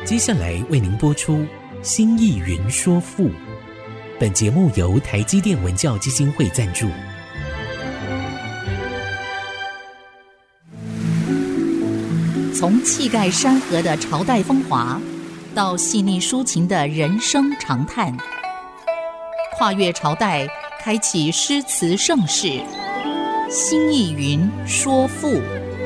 接下来为您播出新义云说赋。本节目由台积电文教基金会赞助。 从气概山河的朝代风华，到细腻抒情的人生长叹，跨越朝代，开启诗词盛世。新义云说赋。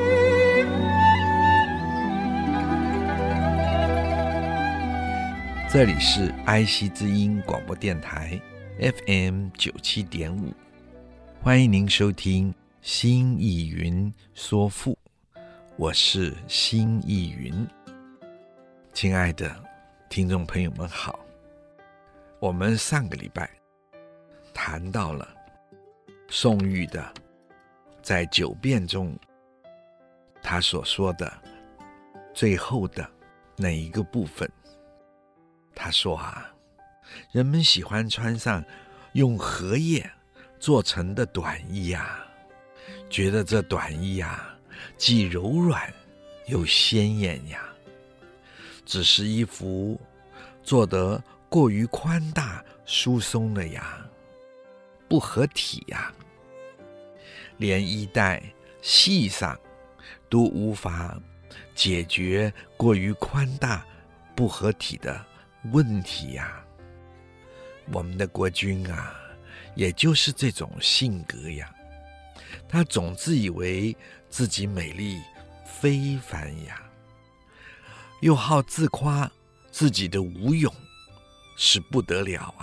这里是爱惜之音广播电台 FM97.5， 欢迎您收听新义云说赋，我是新义云。亲爱的听众朋友们好，我们上个礼拜谈到了宋玉的在九辩中他所说的最后的那一个部分。他说人们喜欢穿上用荷叶做成的短衣觉得这短衣既柔软又鲜艳只是衣服做得过于宽大疏松了不合体连衣带系上都无法解决过于宽大不合体的问题我们的国君也就是这种性格他总自以为自己美丽非凡又好自夸自己的武勇是不得了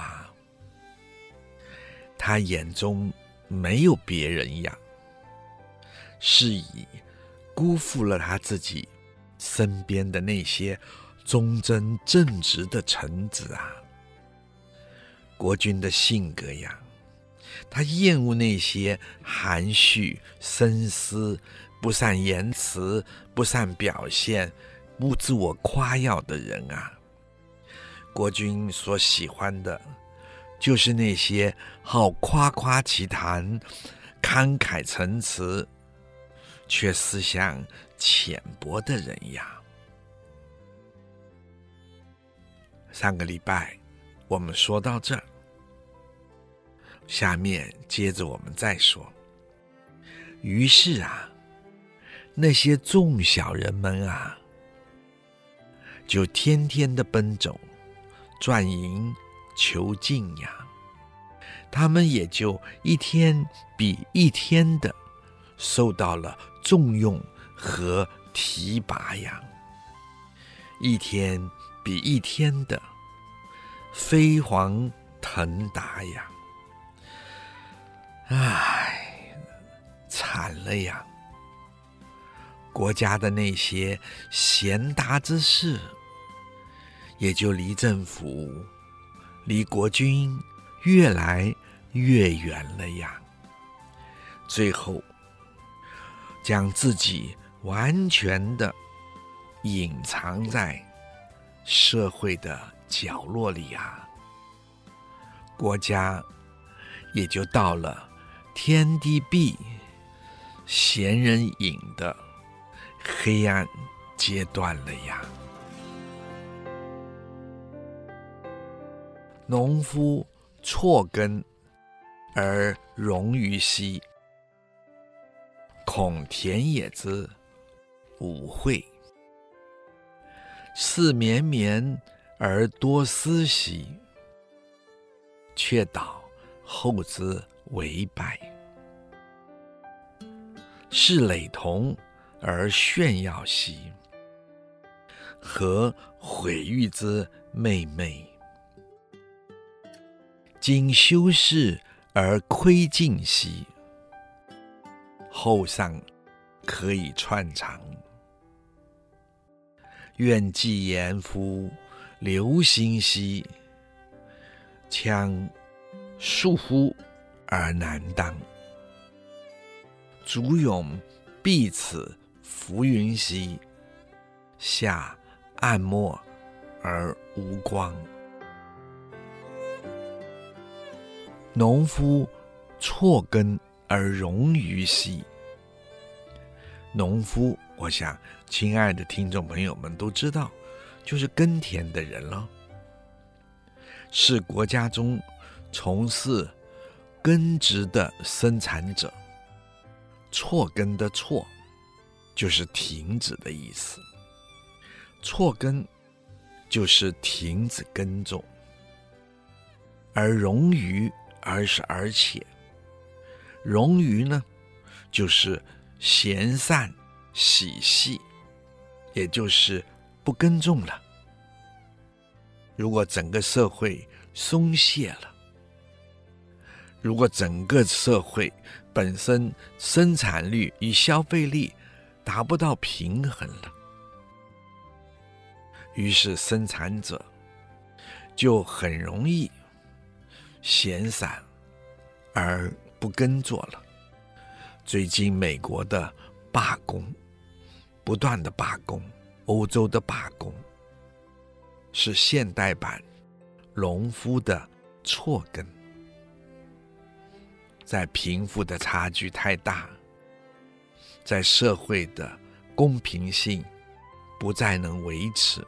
他眼中没有别人是以辜负了他自己身边的那些忠贞正直的臣子国君的性格他厌恶那些含蓄深思不善言辞不善表现不自我夸耀的人国君所喜欢的就是那些好夸夸其谈慷慨陈词却思想浅薄的人上个礼拜我们说到这儿，下面接着我们再说。于是那些众小人们就天天的奔走赚银求进他们也就一天比一天的受到了重用和提拔一天比一天的飞黄腾达惨了国家的那些贤达之士也就离政府离国君越来越远了最后将自己完全的隐藏在社会的角落里国家也就到了天地闭闲人隐的黑暗阶段了农夫辍耕而荣于兮，恐田野之舞会；事绵绵而多思兮，却导后之为败；是累同而炫耀兮，何毁誉之昧昧；今修饰而窥尽兮，后上可以串场。愿既言夫流行兮，羌束乎而难当；竹咏敝此浮云兮，下暗漠而无光。农夫辍耕而荣于兮。农夫，我想亲爱的听众朋友们都知道， 就是耕田的人了，是国家中从事耕植的生产者。辍耕的辍就是停止的意思，辍耕就是停止耕种，而冗余是而且，冗余呢就是闲散喜戏，也就是不耕种了。如果整个社会松懈了，如果整个社会本身生产率与消费力达不到平衡了，于是生产者就很容易闲散而不耕作了。最近美国的罢工，不断的罢工，欧洲的罢工，是现代版农夫的辍耕。在贫富的差距太大，在社会的公平性不再能维持，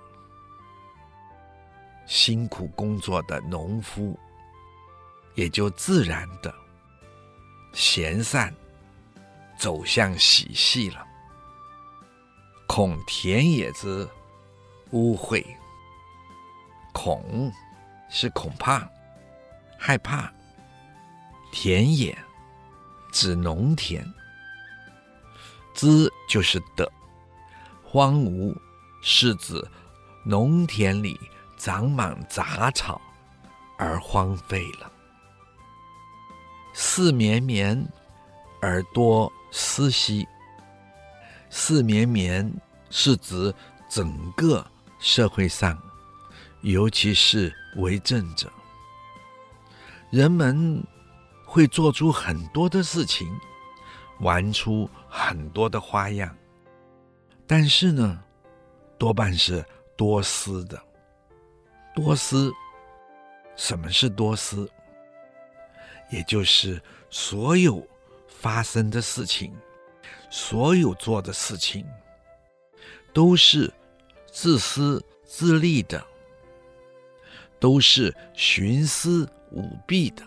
辛苦工作的农夫也就自然的闲散，走向喜戏了。恐田野之污秽，恐是恐怕、害怕，田野指农田，之就是的，荒芜是指农田里长满杂草而荒废了。四绵绵而多丝稀，四绵绵是指整个社会上，尤其是为政者，人们会做出很多的事情，玩出很多的花样，但是呢，多半是多思的。多思，什么是多思？也就是所有发生的事情，所有做的事情，都是自私自利的，都是徇私舞弊的。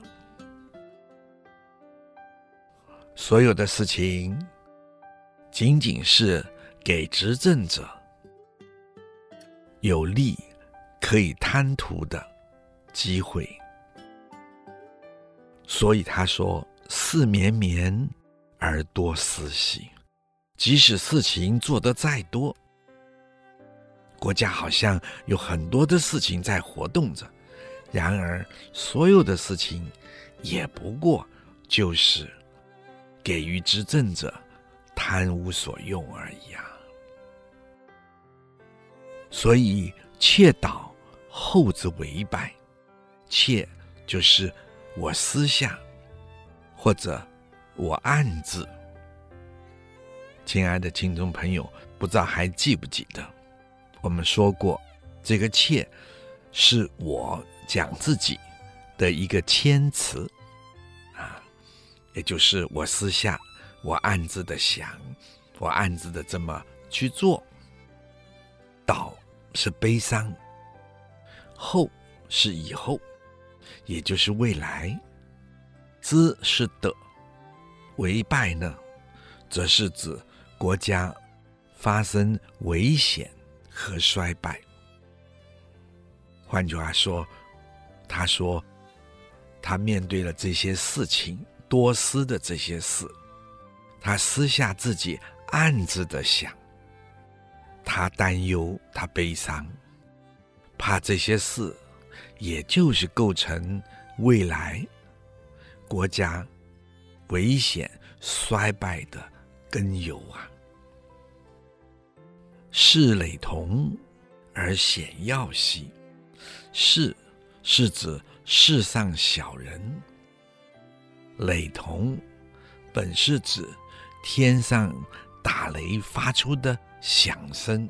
所有的事情仅仅是给执政者有利可以贪图的机会。所以他说四绵绵而多丝稀，即使事情做得再多，国家好像有很多的事情在活动着，然而所有的事情也不过就是给予执政者贪污所用而已啊。所以窃倒后之为败，窃就是我私下或者我暗自。亲爱的听众朋友，不知道还记不记得我们说过，这个窃是我讲自己的一个谦词啊，也就是我私下我暗自的想，我暗自的这么去做。倒是悲伤，后是以后，也就是未来。之是的，为败呢，则是指国家发生危险和衰败。换句话说，他说他面对了这些事情，多思的这些事，他私下自己暗自的想，他担忧，他悲伤，怕这些事也就是构成未来国家危险衰败的根由啊。事累同而险要兮，事是指世上小人，累同本是指天上打雷发出的响声。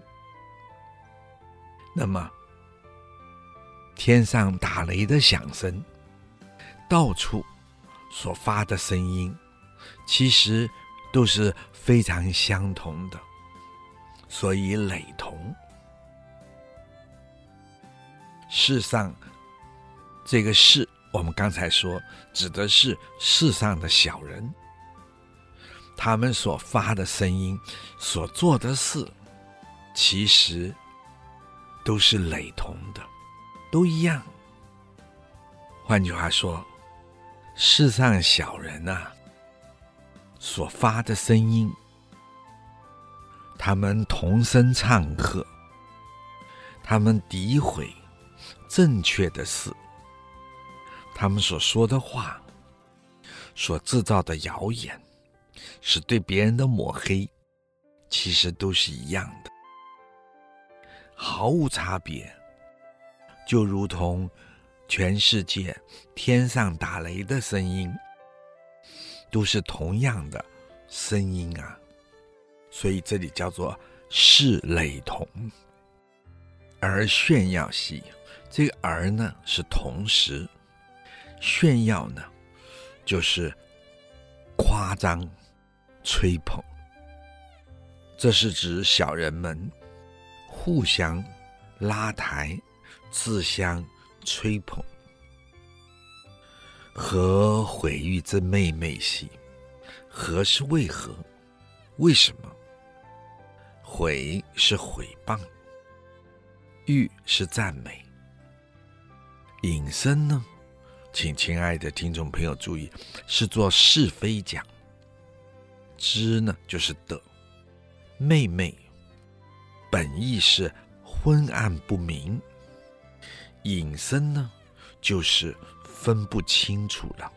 那么天上打雷的响声，到处所发的声音其实都是非常相同的，所以雷同。 世上这个世，我们刚才说指的是世上的小人，他们所发的声音，所做的事，其实都是雷同的，都一样。换句话说，世上小人啊所发的声音，他们同声唱和，他们诋毁正确的事，他们所说的话，所制造的谣言，是对别人的抹黑，其实都是一样的，毫无差别。就如同全世界天上打雷的声音，都是同样的声音啊，所以这里叫做是雷同。而炫耀兮，这个而呢是同时，炫耀呢就是夸张吹捧，这是指小人们互相拉抬，自相吹捧。何毁誉之昧昧兮，何是为何？为什么？毁是毁谤，誉是赞美，引申呢，请亲爱的听众朋友注意，是做是非讲。知呢就是的，昧昧本意是昏暗不明，引申呢就是分不清楚了。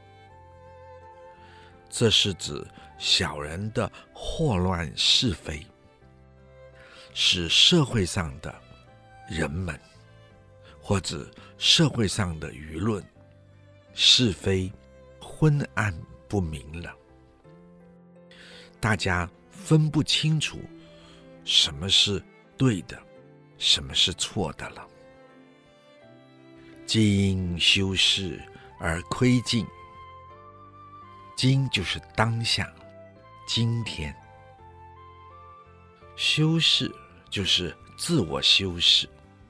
这是指小人的祸乱是非，使社会上的人们或者社会上的舆论是非昏暗不明了，大家分不清楚什么是对的，什么是错的了。今修饰而窥镜，今就是当下，今天。修饰就是自我修饰，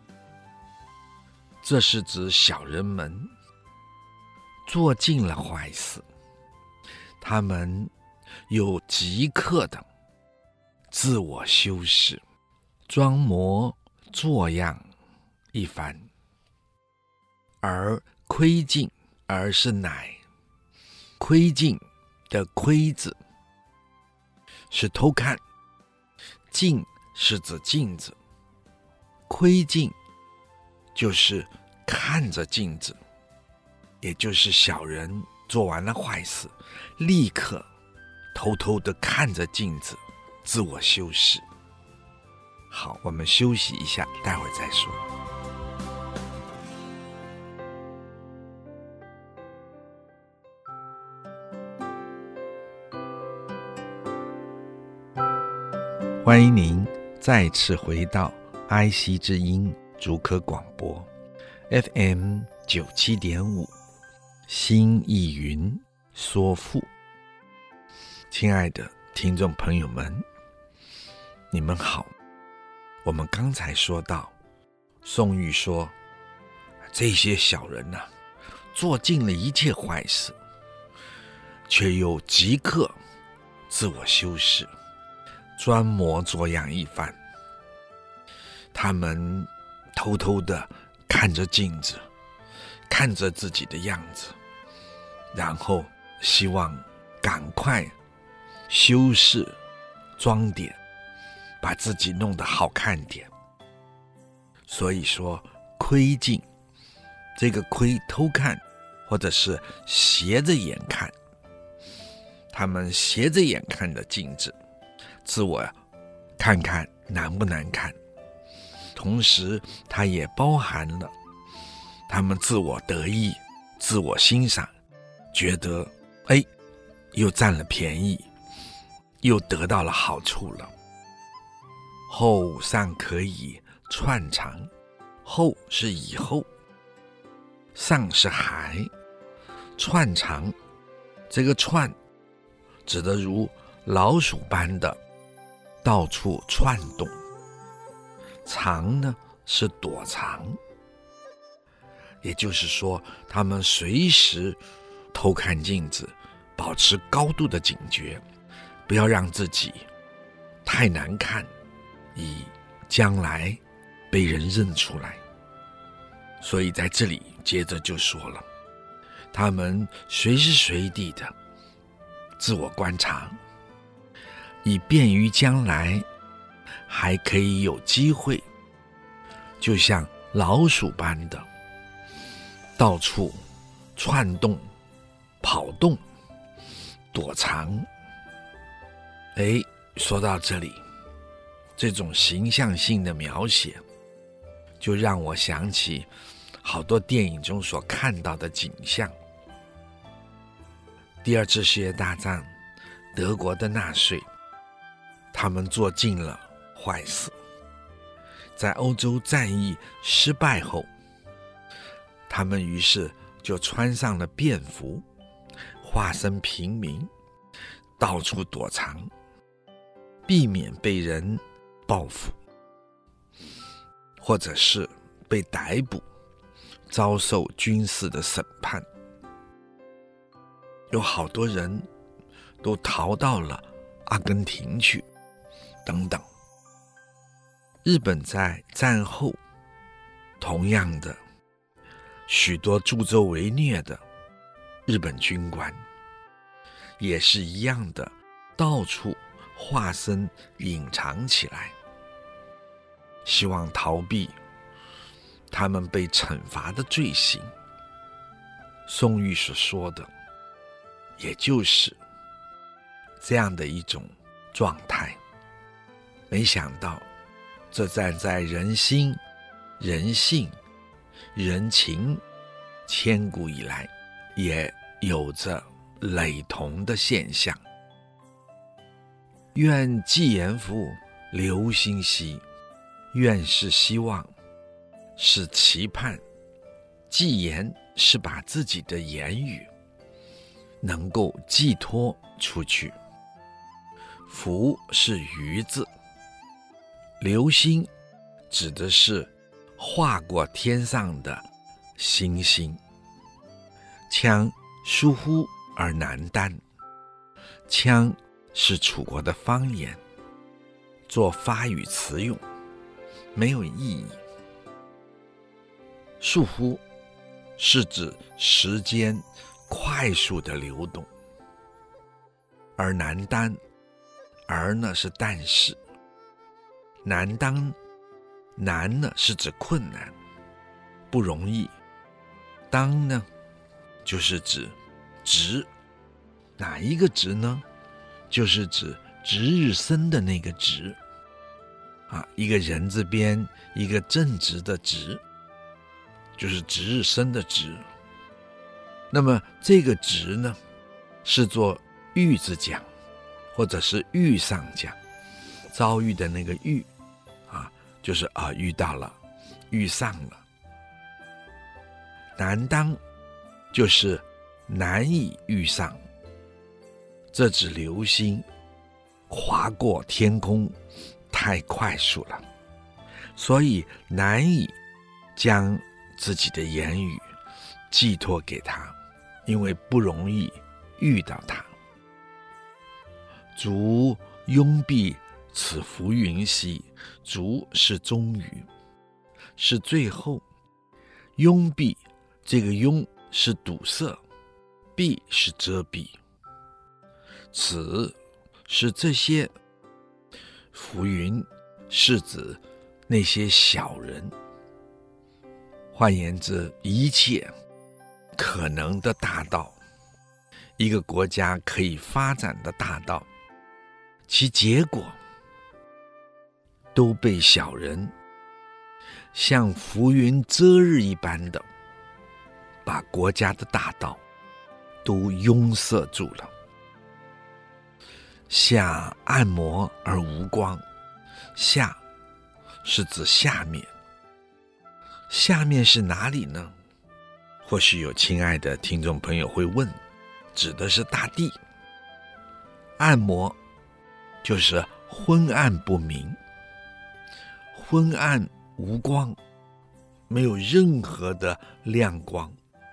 这是指小人们做尽了坏事，他们有即刻的自我修饰，装模作样一番。而窥镜，而是乃窥镜的窥字是偷看，镜是指镜子，窥镜就是看着镜子，也就是小人做完了坏事，立刻偷偷的看着镜子，自我修饰。好，我们休息一下，待会儿再说。欢迎您再次回到哀惜之音竹科广播 FM 97.5，心意云说赋。亲爱的听众朋友们，你们好。我们刚才说到，宋玉说这些小人啊，做尽了一切坏事，却又即刻自我修饰，装模作样一番。他们偷偷的看着镜子，看着自己的样子，然后希望赶快修饰装点，把自己弄得好看点。所以说窥镜，这个窥偷看，或者是斜着眼看，他们斜着眼看的镜子，自我看看难不难看，同时它也包含了他们自我得意，自我欣赏，觉得又占了便宜，又得到了好处了。后尚可以串长，后是以后，尚是还，串长，这个串指的如老鼠般的到处窜动，藏呢是躲藏。 也就是说，他们随时偷看镜子，保持高度的警觉，不要让自己太难看，以将来被人认出来。所以在这里接着就说了，他们随时随地的自我观察，以便于将来还可以有机会，就像老鼠般的到处窜动、跑动、躲藏。说到这里，这种形象性的描写就让我想起好多电影中所看到的景象。第二次世界大战，德国的纳粹，他们做尽了坏事。在欧洲战役失败后，他们于是就穿上了便服，化身平民，到处躲藏，避免被人报复，或者是被逮捕，遭受军事的审判。有好多人都逃到了阿根廷去，等等。日本在战后同样的许多助纣为虐的日本军官，也是一样的，到处化身隐藏起来，希望逃避他们被惩罚的罪行。宋玉所说的也就是这样的一种状态。没想到这站在人心、人性、人情千古以来，也有着雷同的现象。愿寄言复留心兮，愿是希望，是期盼。寄言是把自己的言语能够寄托出去，福是鱼字，流星指的是划过天上的星星。羌疏忽而难担，羌是楚国的方言，做发语词用，没有意义。疏忽是指时间快速的流动，而难担，而呢是但是，难当，难呢是指困难，不容易，当呢就是指值，哪一个值呢？就是指值日生的那个值一个人字边一个正直的直，就是值日生的值。那么这个值呢，是做遇字讲，或者是遇上讲，遭遇的那个遇就是遇到了，遇上了。难当就是难以遇上，这指流星划过天空太快速了，所以难以将自己的言语寄托给他，因为不容易遇到他。卒拥蔽此浮云兮，卒是终于，是最后。拥蔽，这个拥是堵塞，蔽是遮蔽，此是这些浮云，是指那些小人。换言之，一切可能的大道，一个国家可以发展的大道，其结果都被小人像浮云遮日一般的把国家的大道都拥塞住了。下暗摩而无光，下是指下面，下面是哪里呢？或许有亲爱的听众朋友会问，指的是大地。暗摩就是昏暗不明，昏暗无光， 没有任何的亮光。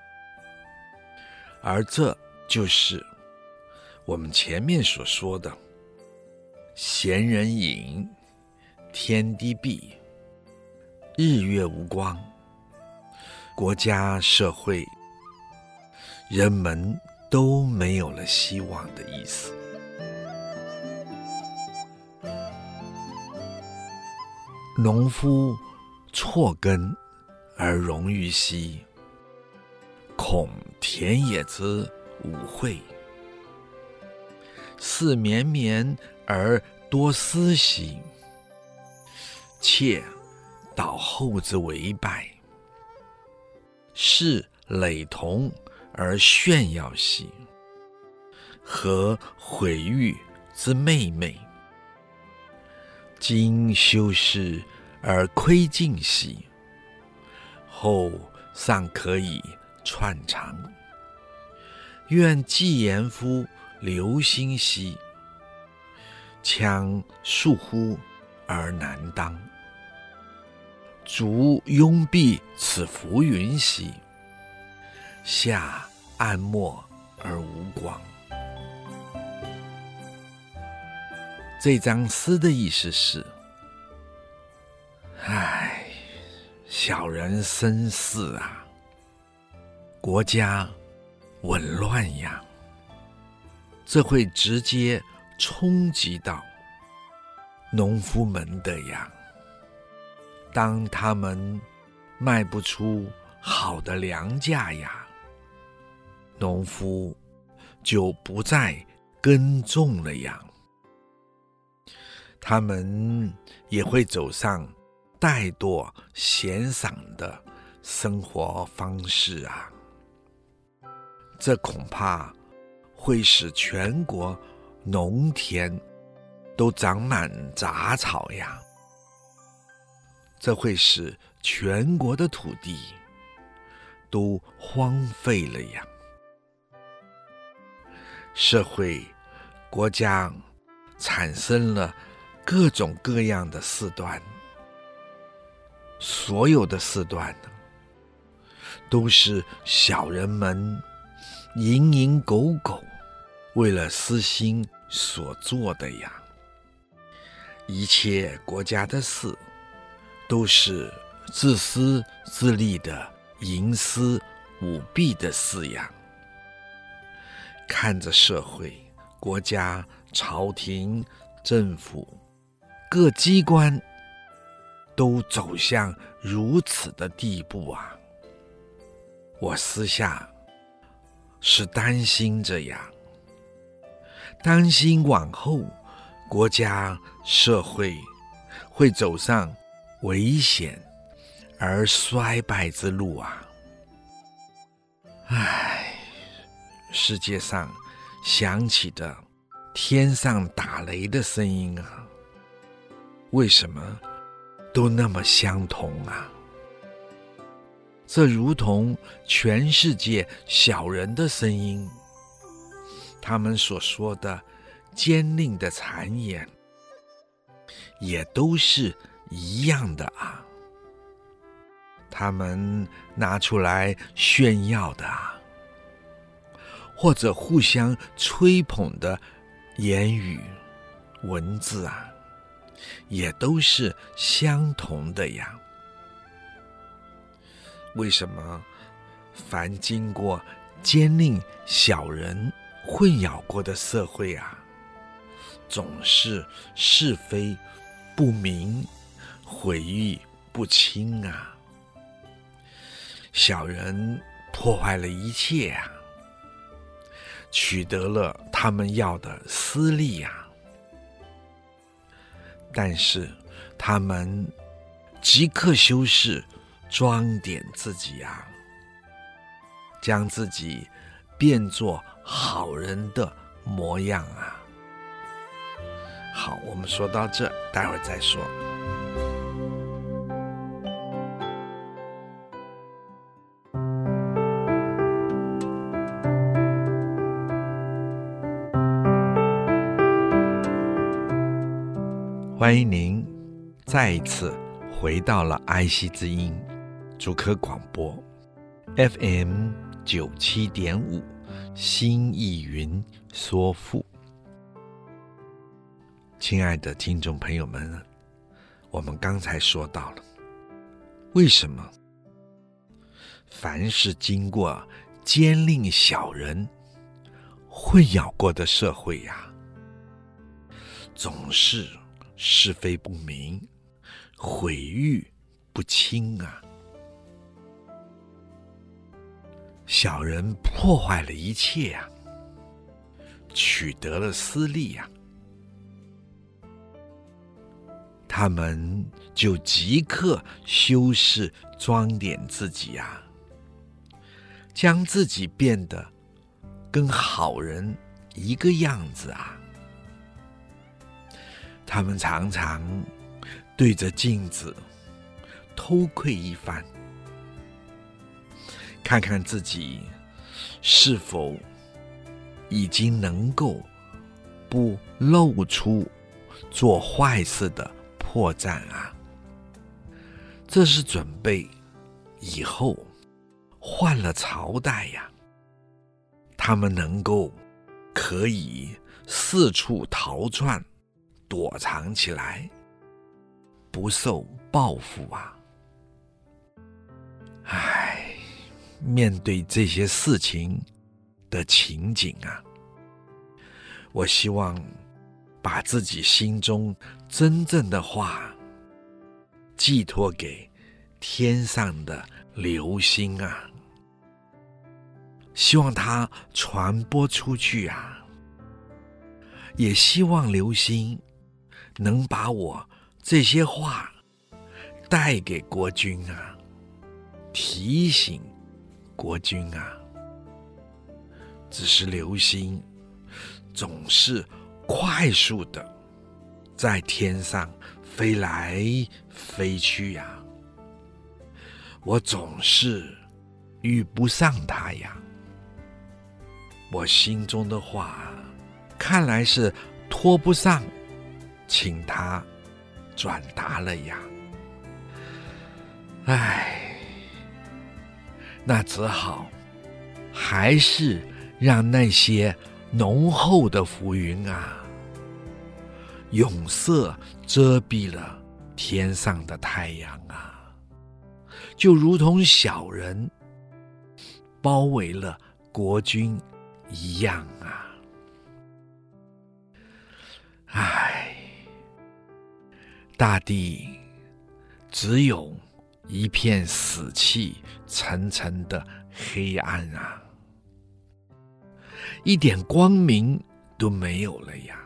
而这就是我们前面所说的闲人隐，天地闭，日月无光，国家社会人们都没有了希望的意思。农夫辍耕而荣于兮，恐田野之无秽；似绵绵而多丝兮，切导后之为败；是累同而炫耀兮，何毁誉之昧昧；今修饰而窥镜兮，后尚可以串肠；愿季言夫留心兮，羌束乎而难当；竹拥蔽此浮云兮，下暗漠而无光。这张诗的意思是：小人生事啊，国家紊乱呀，这会直接冲击到农夫们的呀。当他们卖不出好的粮价呀，农夫就不再耕种了呀，他们也会走上怠惰闲散的生活方式啊，这恐怕会使全国农田都长满杂草呀，这会使全国的土地都荒废了呀。社会、国家产生了各种各样的事端，所有的事端都是小人们蝇营狗苟为了私心所做的呀。一切国家的事都是自私自利的营私舞弊的事呀。看着社会、国家、朝廷、政府各机关都走向如此的地步啊，我私下是担心着呀，担心往后国家社会会走上危险而衰败之路啊。世界上响起的天上打雷的声音啊，为什么都那么相同啊？这如同全世界小人的声音，他们所说的尖利的谗言也都是一样的啊。他们拿出来炫耀的啊，或者互相吹捧的言语文字啊，也都是相同的呀。为什么凡经过奸佞小人混淆过的社会啊，总是是非不明，毁誉不清啊？小人破坏了一切啊，取得了他们要的私利啊，但是他们即刻修饰装点自己啊，将自己变作好人的模样啊。好，我们说到这，待会儿再说。欢迎您再一次回到了爱惜之音主科广播 FM 97.5新义云说赋。亲爱的听众朋友们，我们刚才说到了，为什么凡是经过奸佞小人混淆过的社会呀，总是是非不明，毁誉不清啊。小人破坏了一切啊，取得了私利啊，他们就即刻修饰装点自己啊，将自己变得跟好人一个样子啊。他们常常对着镜子偷窥一番，看看自己是否已经能够不露出做坏事的破绽啊。这是准备以后换了朝代呀，他们能够可以四处逃窜，躲藏起来，不受报复啊。面对这些事情的情景啊，我希望把自己心中真正的话寄托给天上的流星啊，希望它传播出去啊，也希望流星能把我这些话带给国军啊，提醒国军啊。只是流星总是快速的在天上飞来飞去呀，我总是遇不上它呀。我心中的话看来是拖不上，请他转达了呀。那只好还是让那些浓厚的浮云啊，永色遮蔽了天上的太阳啊，就如同小人包围了国军一样啊。大地只有一片死气沉沉的黑暗啊，一点光明都没有了呀。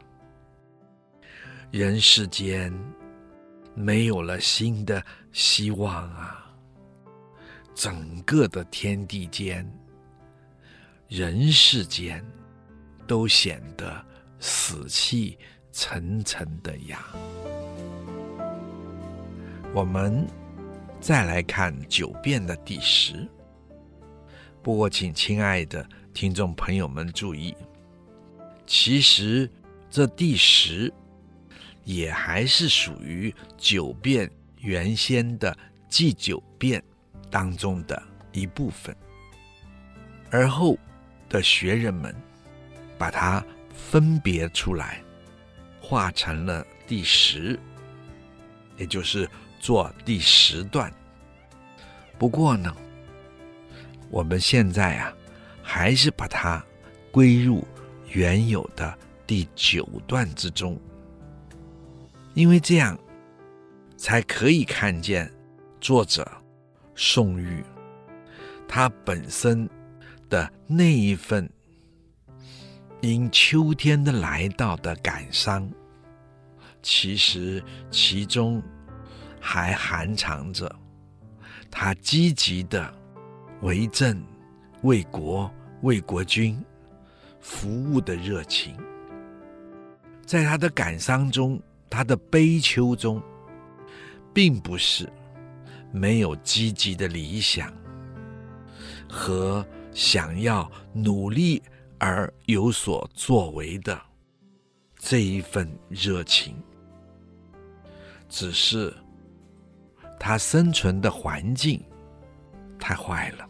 人世间没有了新的希望啊，整个的天地间，人世间都显得死气沉沉的呀。我们再来看九辩的第10。不过请亲爱的听众朋友们注意，其实这第10也还是属于九辩原先的祭九辩当中的一部分，而后的学人们把它分别出来，画成了第10，也就是做第10段。不过呢，我们现在啊，还是把它归入原有的第9段之中，因为这样才可以看见作者宋玉他本身的那一份因秋天的来到的感伤，其实其中还含藏着他积极的为政、为国、为国军服务的热情。在他的感伤中，他的悲秋中，并不是没有积极的理想和想要努力而有所作为的这一份热情，只是他生存的环境太坏了。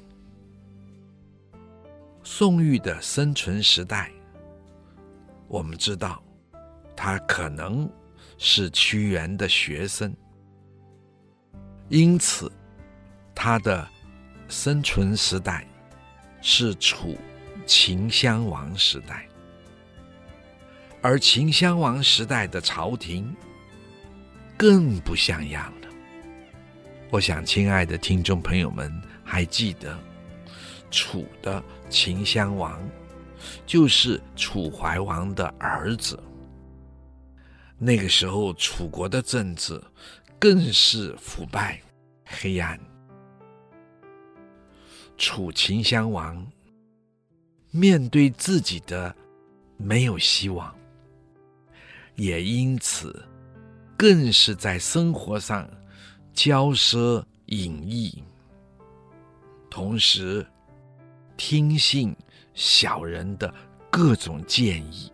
宋玉的生存时代，我们知道他可能是屈原的学生，因此他的生存时代是处秦襄王时代，而秦襄王时代的朝廷更不像样了。我想亲爱的听众朋友们还记得，楚的秦襄王就是楚怀王的儿子。那个时候楚国的政治更是腐败黑暗。楚秦襄王面对自己的没有希望，也因此更是在生活上骄奢淫逸，同时听信小人的各种建议。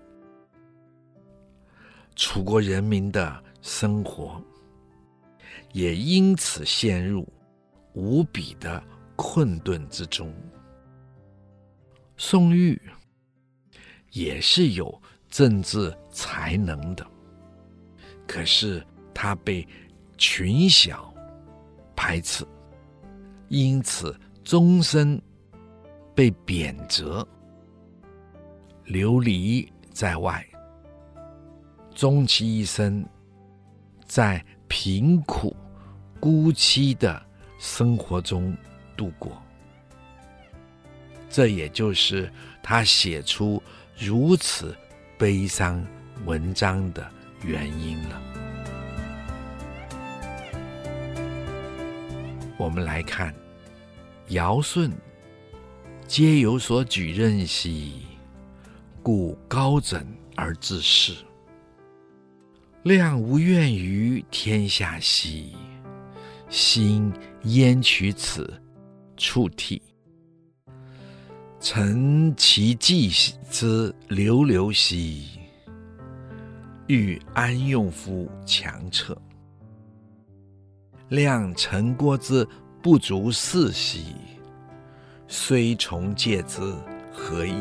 楚国人民的生活也因此陷入无比的困顿之中。宋玉也是有政治才能的，可是他被群小排斥，因此终身被贬谪，流离在外，终其一生在贫苦孤凄的生活中度过。这也就是他写出如此悲伤文章的原因了。我们来看，尧舜皆有所举任兮，故高枕而自适。亮无怨于天下兮，心焉取此触涕。臣其计之流流兮，欲安用夫强彻。亮陈郭之不足4兮，虽从戒之何益？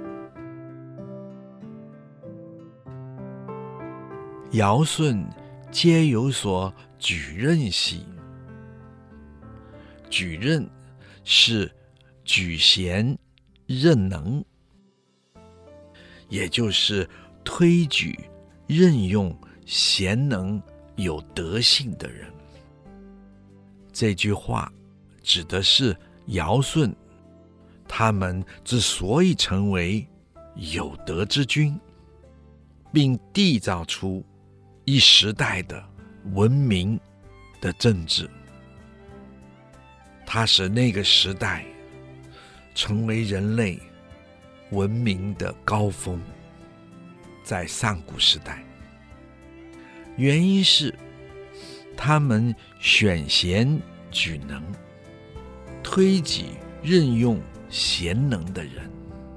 尧舜皆有所举任兮。举任是举贤任能，也就是推举任用贤能有德性的人。这句话指的是尧舜他们之所以成为有德之君，并缔造出一时代的文明的政治，它使那个时代成为人类文明的高峰。在上古时代，原因是他们选贤举能，推举任用贤能的人，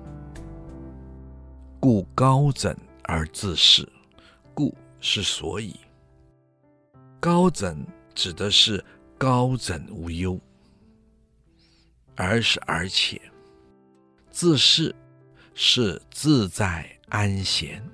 故高枕而自适。故是所以，高枕指的是高枕无忧，而且，自适是自在安闲。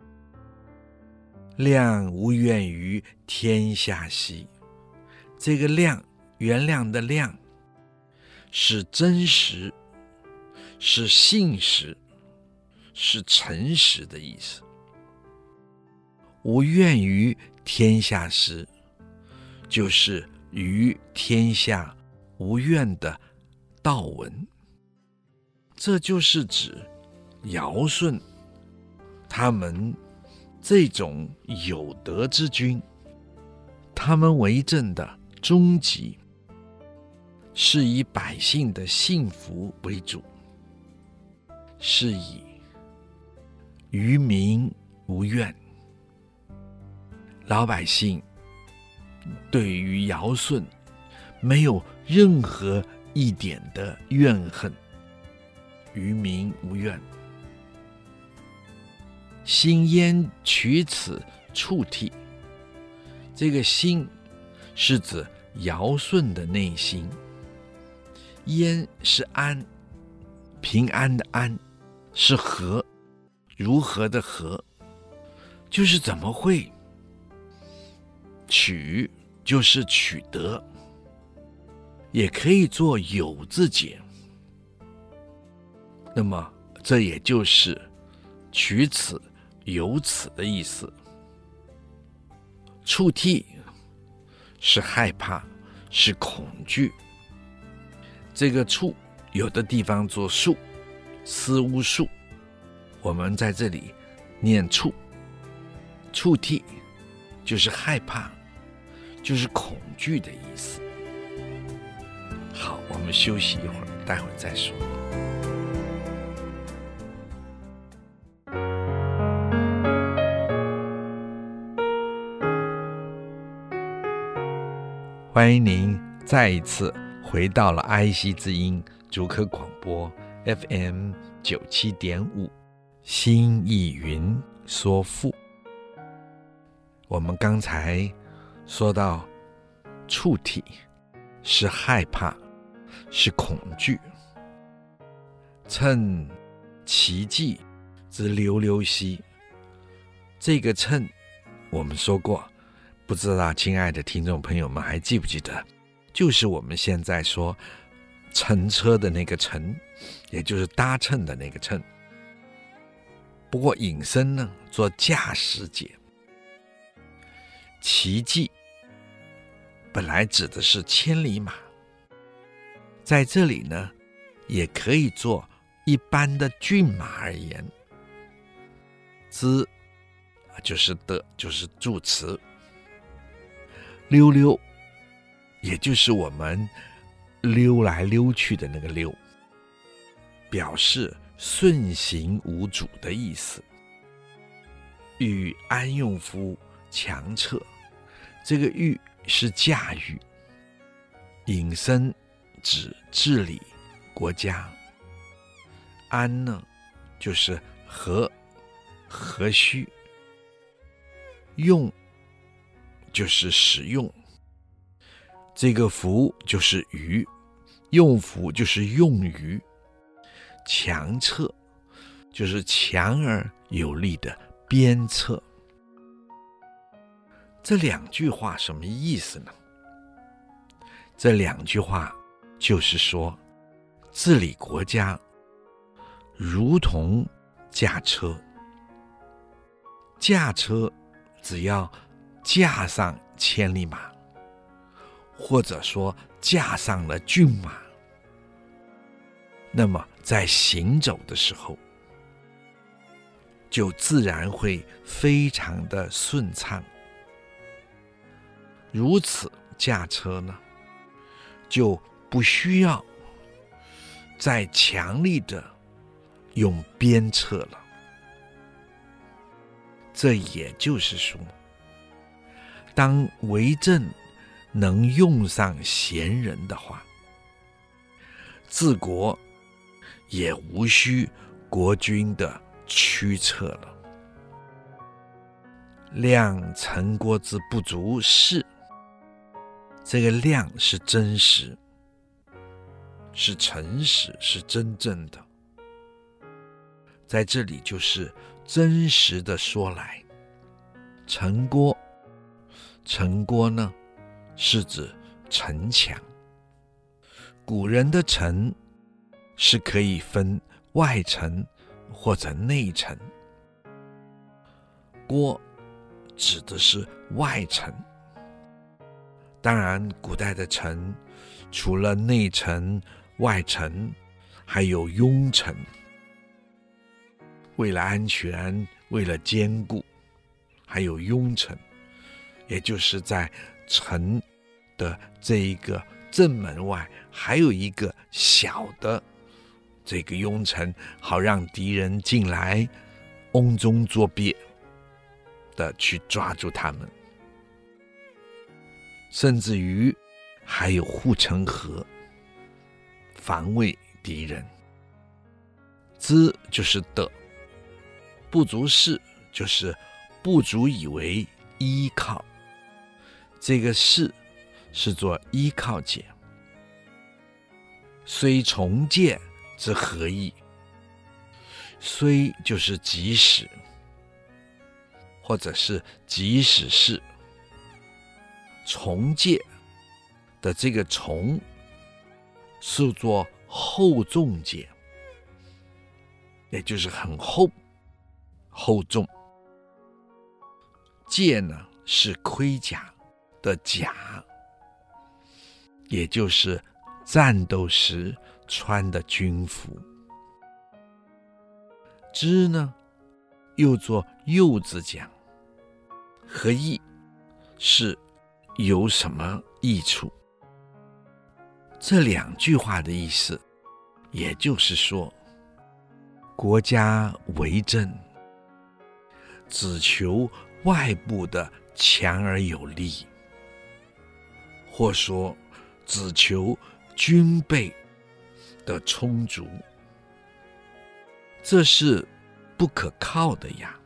亮无怨于天下兮，这个亮，原谅的亮，是真实，是信实，是诚实的意思。无怨于天下时，就是于天下无怨的道文。这就是指尧舜他们这种有德之君，他们为政的终极是以百姓的幸福为主，是以于民无怨。老百姓对于尧舜没有任何一点的怨恨，于民无怨。心焉取此触涕，这个心是指尧舜的内心， 焉是安，平安的安，是和，如何的和，就是怎么会。取就是取得，也可以做有字解，那么这也就是取此有此的意思。触涕是害怕，是恐惧。这个触有的地方做树，思乌树，我们在这里念触。触涕就是害怕，就是恐惧的意思。好，我们休息一会儿，待会儿再说。欢迎您再一次回到了爱惜之音竹科广播 FM 97.5心意云说赋。我们刚才说到触涕是害怕，是恐惧。乘其迹之流流兮，这个乘我们说过，不知道亲爱的听众朋友们还记不记得，就是我们现在说乘车的那个乘，也就是搭乘的那个乘。不过引申呢做驾驶解。其迹本来指的是千里马，在这里呢也可以做一般的骏马而言。之就是的，就是助词。溜溜也就是我们溜来溜去的那个溜，表示顺行无阻的意思。与安用夫强策，这个御是驾驭，引申指治理国家。安呢就是和煦，用就是使用，这个服就是于，用服就是用于，强策就是强而有力的鞭策。这两句话什么意思呢？这两句话就是说，治理国家如同驾车，驾车只要驾上千里马，或者说驾上了骏马，那么在行走的时候就自然会非常的顺畅。如此驾车呢，就不需要再强力的用鞭策了。这也就是说，当为政能用上贤人的话，治国也无需国君的驱策了。量陈国之不足是，这个量是真实，是诚实，是真正的。在这里就是真实的说来，城郭呢是指城墙。古人的城是可以分外城或者内城，郭指的是外城。当然古代的城除了内城、外城，还有拥城。为了安全，为了坚固，还有拥城，也就是在城的这一个正门外还有一个小的这个拥城，好让敌人进来瓮中捉鳖的去抓住他们。甚至于还有护城河，防卫敌人。知就是的，不足是就是不足以为依靠，这个是做依靠解。 虽从诫之何意？虽就是即使，或者是即使是。从诫的这个从是做厚重节，也就是很厚重。戒呢是盔甲的甲，也就是战斗时穿的军服。之呢又做右字讲，何意？是有什么益处？这2句话的意思，也就是说，国家为政，只求外部的强而有力，或说只求军备的充足，这是不可靠的呀。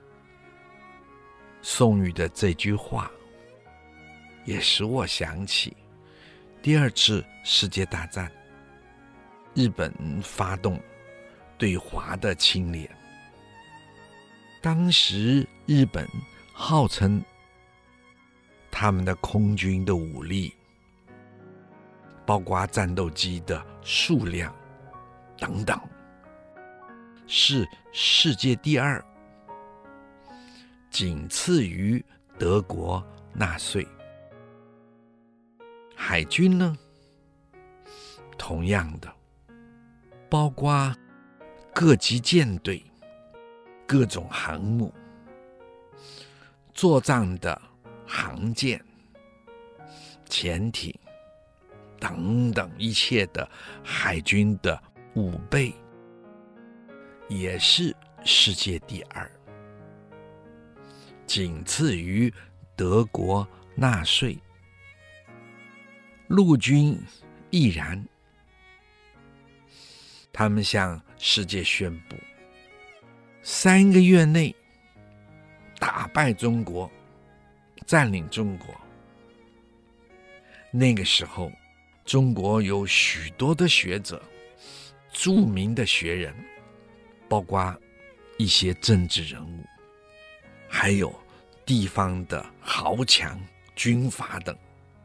宋玉的这句话也使我想起第2次世界大战，日本发动对华的侵略。当时日本号称他们的空军的武力，包括战斗机的数量等等，是世界第2，仅次于德国纳粹。海军呢，同样的，包括各级舰队、各种航母、作战的航舰、潜艇等等一切的海军的武备，也是世界第2，仅次于德国纳粹。陆军亦然，他们向世界宣布，3个月内打败中国，占领中国。那个时候，中国有许多的学者，著名的学人，包括一些政治人物，还有地方的豪强、军阀等，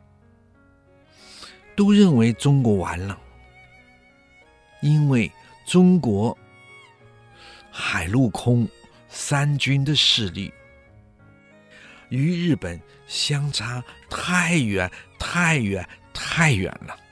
都认为中国完了，因为中国海陆空3军的势力与日本相差太远了。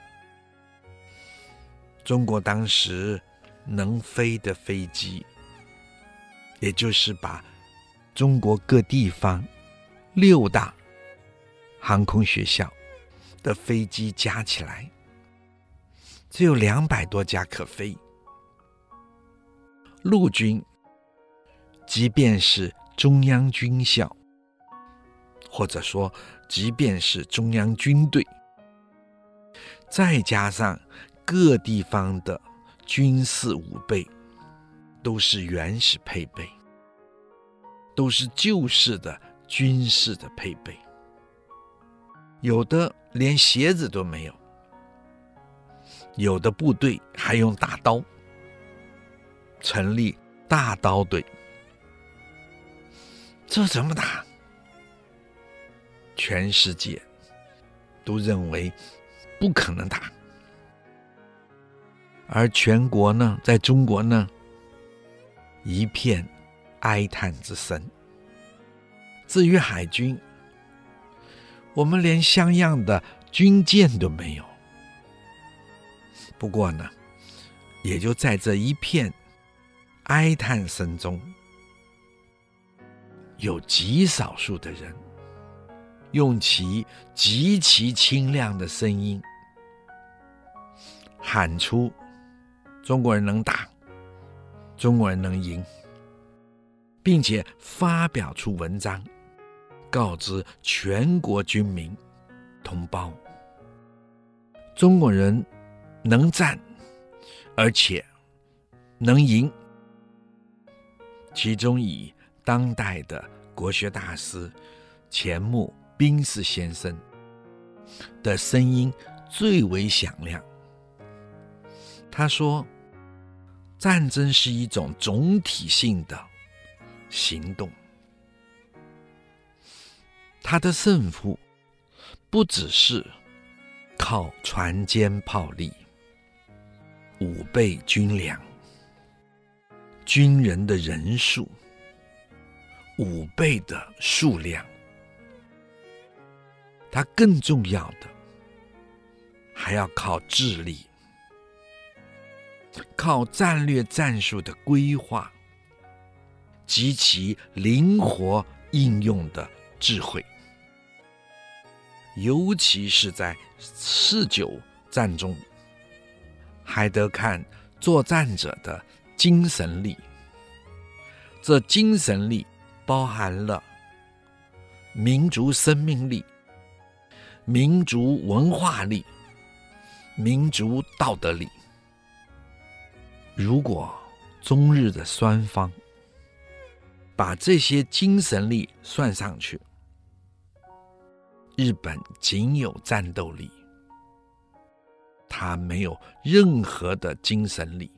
中国当时能飞的飞机，也就是把中国各地方6大航空学校的飞机加起来，只有200多架可飞。陆军即便是中央军校，或者说即便是中央军队，再加上各地方的军事武备，都是原始配备，都是旧式的军事的配备，有的连鞋子都没有，有的部队还用大刀，成立大刀队。这怎么打？全世界都认为不可能打，而全国呢，在中国呢，一片哀叹之声。至于海军，我们连像样的军舰都没有。不过呢，也就在这一片哀叹声中，有极少数的人用其极其清亮的声音喊出中国人能打，中国人能赢，并且发表出文章，告知全国军民同胞，中国人能战，而且能赢。其中以当代的国学大师钱穆宾士先生的声音最为响亮， 他说，战争是一种总体性的行动，他的胜负不只是靠船坚炮利、武备军粮、军人的人数、武备的数量，它更重要的还要靠智力，靠战略战术的规划及其灵活应用的智慧。尤其是在49战中，还得看作战者的精神力。这精神力包含了民族生命力、民族文化力、民族道德力。如果中日的双方把这些精神力算上去，日本仅有战斗力，他没有任何的精神力。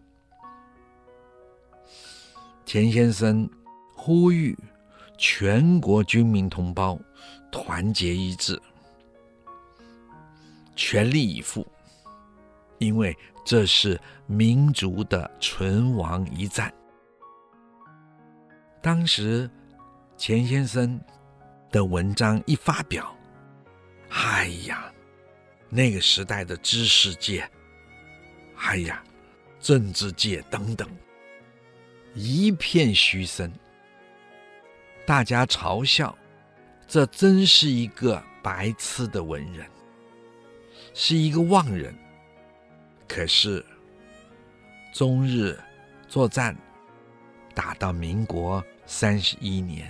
钱先生呼吁全国军民同胞团结一致，全力以赴，因为这是民族的存亡一战。当时钱先生的文章一发表，哎呀，那个时代的知识界，哎呀，政治界等等，一片嘘声，大家嘲笑，这真是一个白痴的文人，是一个妄人。可是中日作战打到民国31年，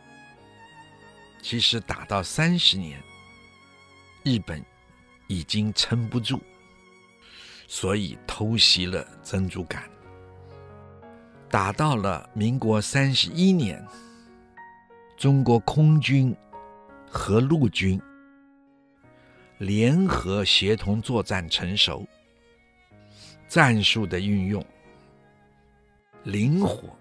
其实打到30年，日本已经撑不住，所以偷袭了珍珠港。打到了民国31年，中国空军和陆军联合协同作战成熟，战术的运用灵活，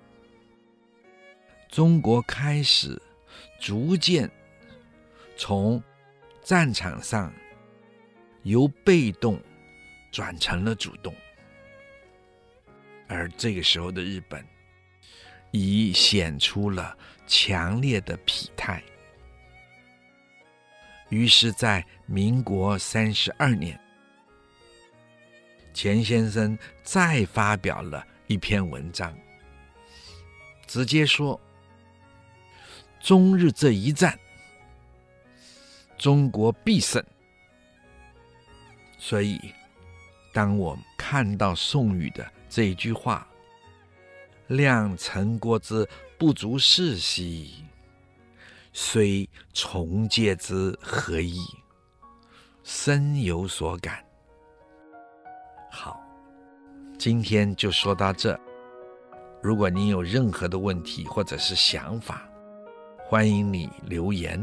中国开始逐渐从战场上由被动转成了主动，而这个时候的日本已显出了强烈的疲态。于是在民国32年，钱先生再发表了一篇文章，直接说中日这一战中国必胜。所以当我看到宋宇的这一句话，谅陈国之不足视兮，虽重介之何益，深有所感。好，今天就说到这。如果您有任何的问题或者是想法，欢迎你留言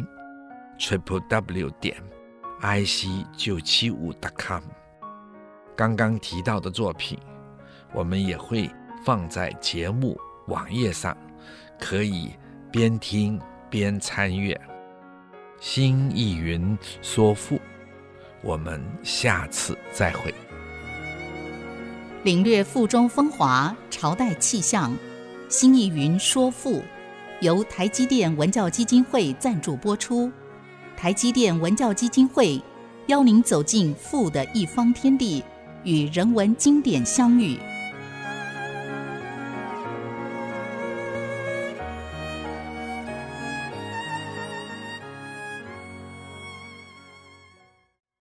www.ic975.com。 刚刚提到的作品我们也会放在节目网页上，可以边听边参阅。新意云说赋，我们下次再会。 领略赋中风华，朝代气象。新意云说赋由台积电文教基金会赞助播出。台积电文教基金会邀您走进赋的一方天地，与人文经典相遇。